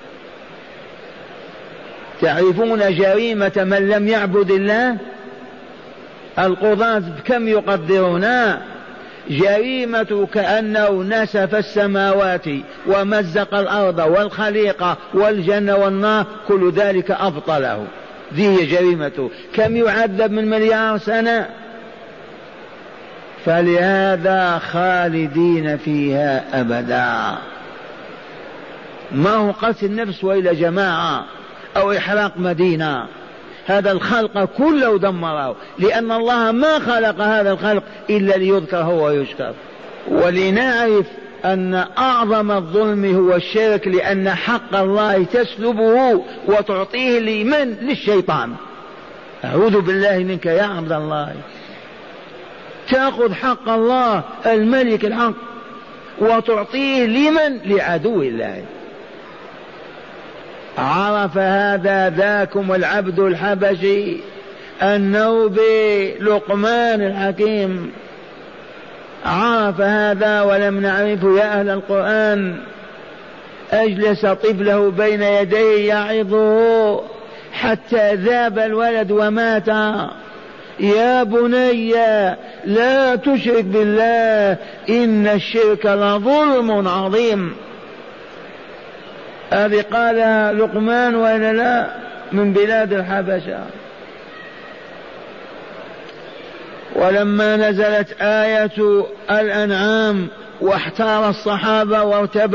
تعرفون جريمة من لم يعبد الله؟ القضاة كم يقدرون؟ جريمة كأنه نسف السماوات ومزق الأرض والخليقة والجنة والنار، كل ذلك أبطله. ذي هي جريمته. كم يعذب من مليار سنة؟ فلهذا خالدين فيها أبدا. ما هو قتل النفس وإلى جماعة أو إحراق مدينة، هذا الخلق كله دمره، لأن الله ما خلق هذا الخلق إلا ليذكر هو ويشكر. ولنعرف أن أعظم الظلم هو الشرك، لأن حق الله تسلبه وتعطيه لمن؟ للشيطان. أعوذ بالله منك يا عبد الله، تأخذ حق الله الملك الحق وتعطيه لمن؟ لعدو الله. عرف هذا ذاكم العبد الحبشي النوبي لقمان الحكيم، عرف هذا ولم نعرفه يا أهل القرآن. أجلس طفله بين يديه يعظه حتى ذاب الولد ومات. يا بني لا تشرك بالله إن الشرك لظلم عظيم. هذه قال لقمان وإلا لا؟ من بلاد الحبشة. ولما نزلت آية الأنعام واحتار الصحابة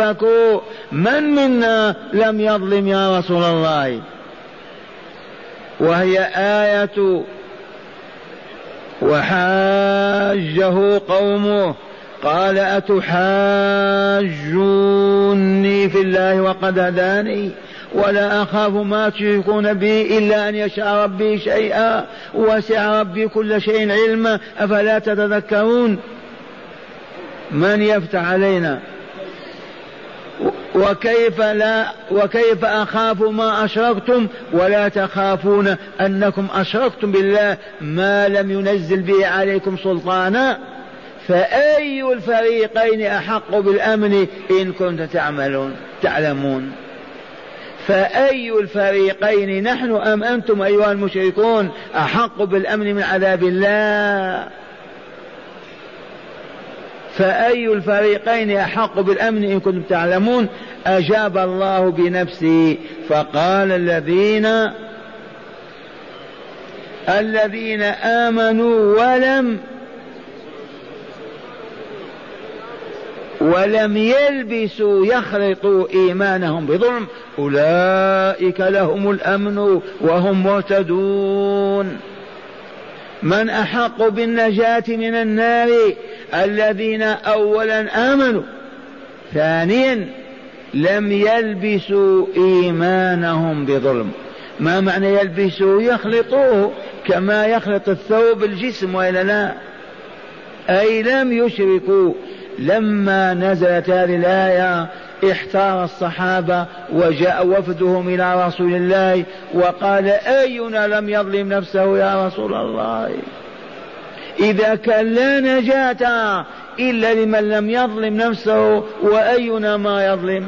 وارتبكوا: من منا لم يظلم يا رسول الله؟ وهي آية وحاجه قومه قال أتحاجوني في الله وقد هداني ولا أخاف ما تشركون به إلا أن يشاء ربي شيئا وسع ربي كل شيء علما أفلا تتذكرون. من يفتح علينا؟ وكيف لا وكيف أخاف ما أشركتم ولا تخافون أنكم أشركتم بالله ما لم ينزل به عليكم سلطانا؟ فأي الفريقين أحق بالأمن إن كنتم تعملون تعلمون؟ فأي الفريقين نحن أم أنتم أيها المشركون أحق بالأمن من عذاب الله؟ فأي الفريقين أحق بالأمن إن كنتم تعلمون؟ أجاب الله بنفسه فقال الذين الذين آمنوا ولم ولم يلبسوا يخلطوا إيمانهم بظلم أولئك لهم الأمن وهم مهتدون. من أحق بالنجاة من النار؟ الذين أولا آمنوا، ثانيا لم يلبسوا إيمانهم بظلم. ما معنى يلبسوا؟ يخلطوه كما يخلط الثوب الجسم وإلا لا، أي لم يشركوا. لما نزلت هذه الآية احتار الصحابة وجاء وفدهم إلى رسول الله وقال أينا لم يظلم نفسه يا رسول الله؟ إذا كان لا نجاة إلا لمن لم يظلم نفسه وأينا ما يظلم؟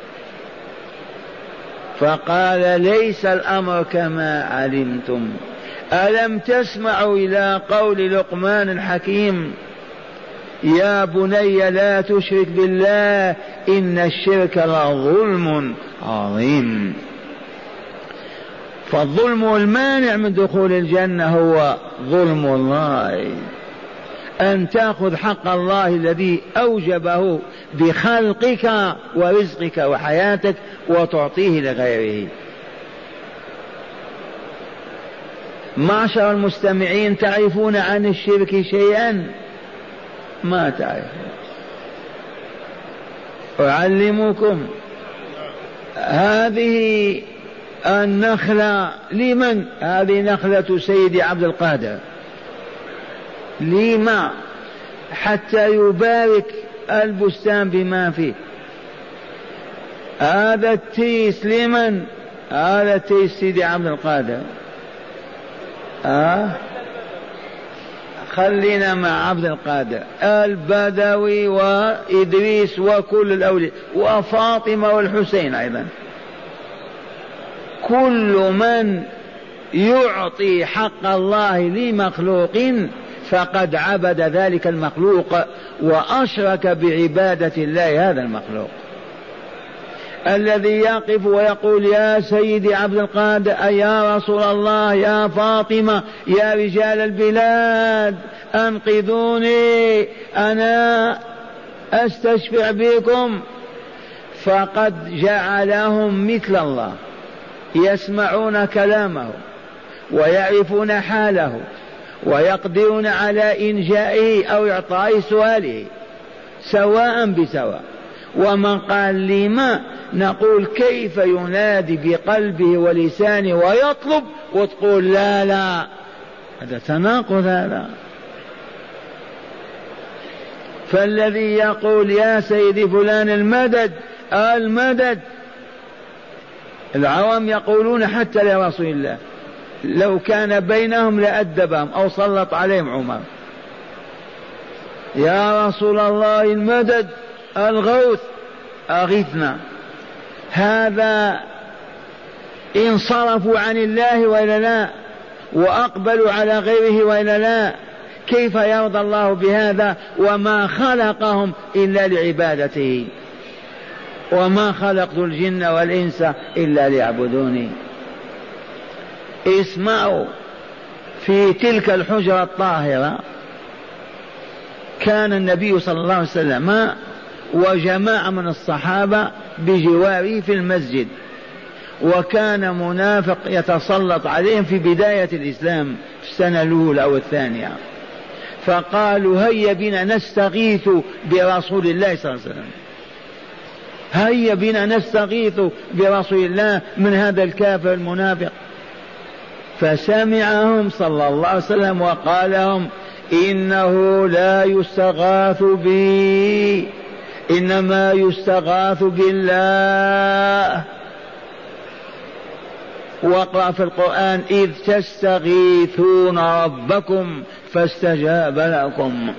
فقال ليس الأمر كما علمتم. ألم تسمعوا إلى قول لقمان الحكيم يا بني لا تشرك بالله إن الشرك لظلم عظيم. فالظلم المانع من دخول الجنة هو ظلم الله، أن تأخذ حق الله الذي أوجبه بخلقك ورزقك وحياتك وتعطيه لغيره. معشر المستمعين، تعرفون عن الشرك شيئا؟ ما تعرفون. أعلمكم. هذه النخلة لمن؟ هذه نخلة سيدي عبد القادر. لما؟ حتى يبارك البستان بما فيه. هذا التيس لمن؟ هذا التيس سيدي عبد القادر. آه خلينا مع عبد القادر. البدوي وإدريس وكل الأولياء وفاطمة والحسين أيضا، كل من يعطي حق الله لمخلوق فقد عبد ذلك المخلوق وأشرك بعبادة الله هذا المخلوق. الذي يقف ويقول يا سيدي عبد القادر، يا رسول الله، يا فاطمة، يا رجال البلاد أنقذوني أنا أستشفع بكم، فقد جعلهم مثل الله، يسمعون كلامه ويعرفون حاله ويقدرون على إنجائه أو إعطاء سؤاله سواء بسواء. ومن قال لما، نقول كيف ينادي بقلبه ولسانه ويطلب وتقول لا لا، هذا تناقض هذا. فالذي يقول يا سيدي فلان المدد المدد، العوام يقولون حتى لرسول الله لو كان بينهم لأدبهم أو سلط عليهم عمر، يا رسول الله المدد الغوث أغثنا. هذا انصرفوا عن الله وإلا لا، وأقبلوا على غيره وإلا لا. كيف يرضى الله بهذا وما خلقهم إلا لعبادته؟ وما خلقت الجن والإنس إلا ليعبدوني. اسمعوا، في تلك الحجرة الطاهرة كان النبي صلى الله عليه وسلم وجماعة من الصحابة بجواره في المسجد، وكان منافق يتسلط عليهم في بداية الإسلام في السنة الأولى أو الثانية، فقالوا هيا بنا نستغيث برسول الله صلى الله عليه وسلم، هيا بنا نستغيث برسول الله من هذا الكافر المنافق. فسمعهم صلى الله عليه وسلم وقال لهم إنه لا يستغاث بي، إنما يستغاث بالله. واقرأ في القرآن إذ تستغيثون ربكم فاستجاب لكم.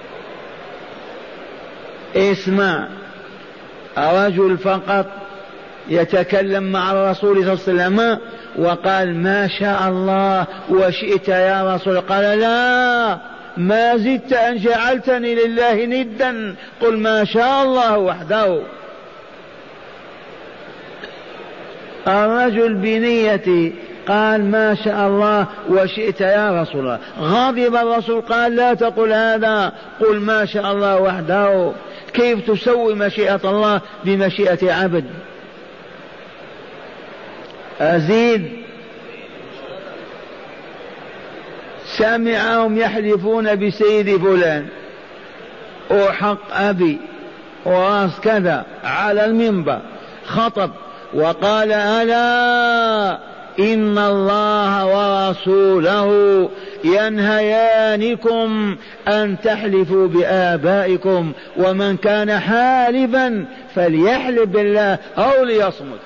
اسمع، رجل فقط يتكلم مع الرسول صلى الله عليه وسلم وقال ما شاء الله وشئت يا رسول، قال لا ما زدت أن جعلتني لله ندا، قل ما شاء الله وحده. الرجل بنيته قال ما شاء الله وشئت يا رسول الله، غضب الرسول قال لا تقل هذا، قل ما شاء الله وحده. كيف تسوي مشيئة الله بمشيئة عبد؟ أزيد، سمعهم يحلفون بسيد فلان وحق أبي وراس كذا على المنبر، خطب وقال ألا إن الله ورسوله ينهيانكم أن تحلفوا بآبائكم، ومن كان حالفا فليحلف بالله أو ليصمت.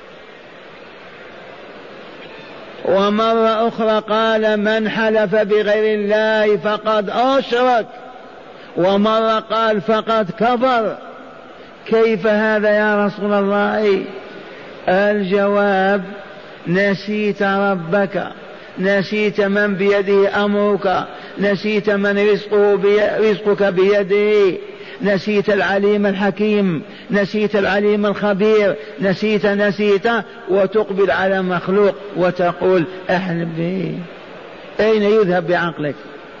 ومرة أخرى قال من حلف بغير الله فقد أشرك، ومرة قال فقد كفر. كيف هذا يا رسول الله؟ الجواب نسيت ربك، نسيت من بيده أمرك، نسيت من رزقه بي... رزقك بيده، نسيت العليم الحكيم، نسيت العليم الخبير، نسيت نسيت وتقبل على مخلوق وتقول احلف به. أين يذهب بعقلك؟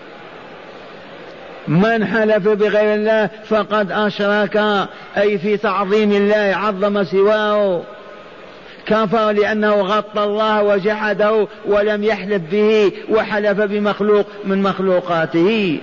من حلف بغير الله فقد أشرك، أي في تعظيم الله عظم سواه، كفر لأنه غطى الله وجحده ولم يحلف به وحلف بمخلوق من مخلوقاته.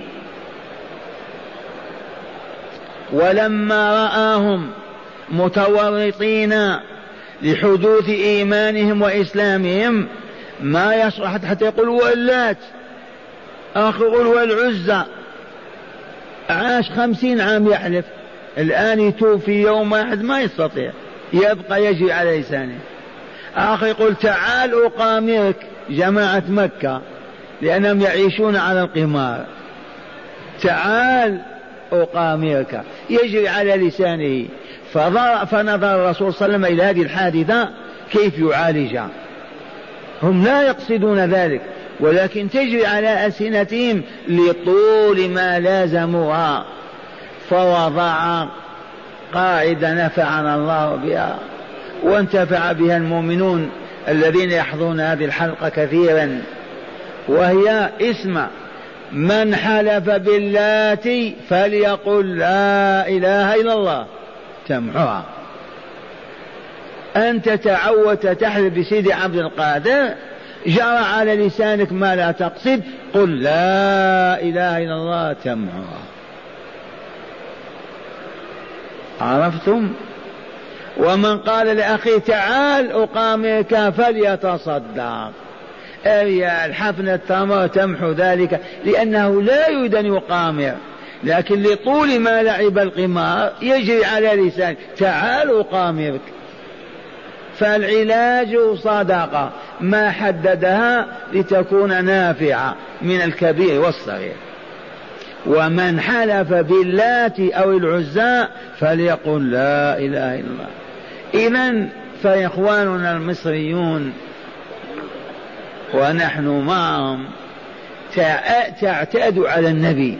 ولما رآهم متورطين لحدوث إيمانهم وإسلامهم ما يصلح حتى يقول واللات آخر يقول والعزى، عاش خمسين عام يحلف، الآن يتوب في يوم واحد ما يستطيع، يبقى يجري على لسانه. آخر يقول تعال أقامرك، جماعة مكة لأنهم يعيشون على القمار، تعال أقامرك، يجري على لسانه. فنظر الرسول صلى الله عليه وسلم إلى هذه الحادثة كيف يعالجها. هم لا يقصدون ذلك ولكن تجري على ألسنتهم لطول ما لازموها، فوضع قاعدة نفعنا الله بها وانتفع بها المؤمنون الذين يحضرون هذه الحلقة كثيرا، وهي اسمع من حلف باللات فليقل لا إله إلا الله تمحوها. أنت تعودت تحلف بسيدي عبد القادر، جرى على لسانك ما لا تقصد، قل لا إله إلا الله تمحوها. عرفتم؟ ومن قال لأخيه تعال أقامرك فليتصدق، أي الحفنة التمر تمحو ذلك، لأنه لا يريد أن يقامر، لكن لطول ما لعب القمار يجري على لسانه تعال أقامرك. فالعلاج صدقة ما حددها لتكون نافعة من الكبير والصغير. ومن حلف باللات أو العزى فليقل لا إله إلا الله. إذن فإخواننا المصريون ونحن معهم تعتاد على النبي.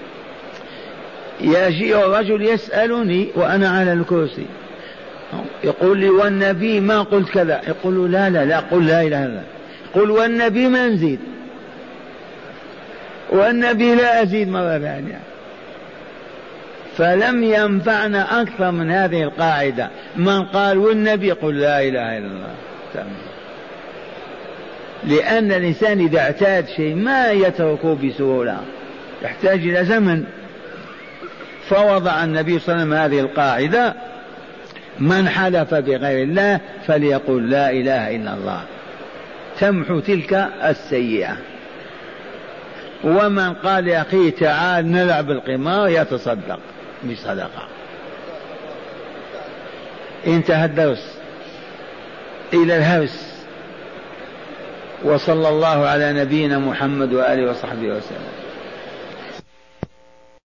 يجي الرجل يسألني وأنا على الكرسي يقول لي والنبي ما قلت كذا، يقول لا لا لا قل لا إله إلا الله، قل والنبي ما نزيد، والنبي لا أزيد مرة ثانية. فلم ينفعنا أكثر من هذه القاعدة، من قال والنبي قل لا إله إلا الله. لأن الإنسان إذا اعتاد شيء ما يتركه بسهولة، يحتاج إلى زمن. فوضع النبي صلى الله عليه وسلم هذه القاعدة: من حلف بغير الله فليقل لا إله إلا الله، تمحو تلك السيئة. ومن قال لأخيه تعال نلعب القمار يتصدق بصدقة. انتهى الدرس. إلى الهرس. وصلى الله على نبينا محمد وآله وصحبه وسلم.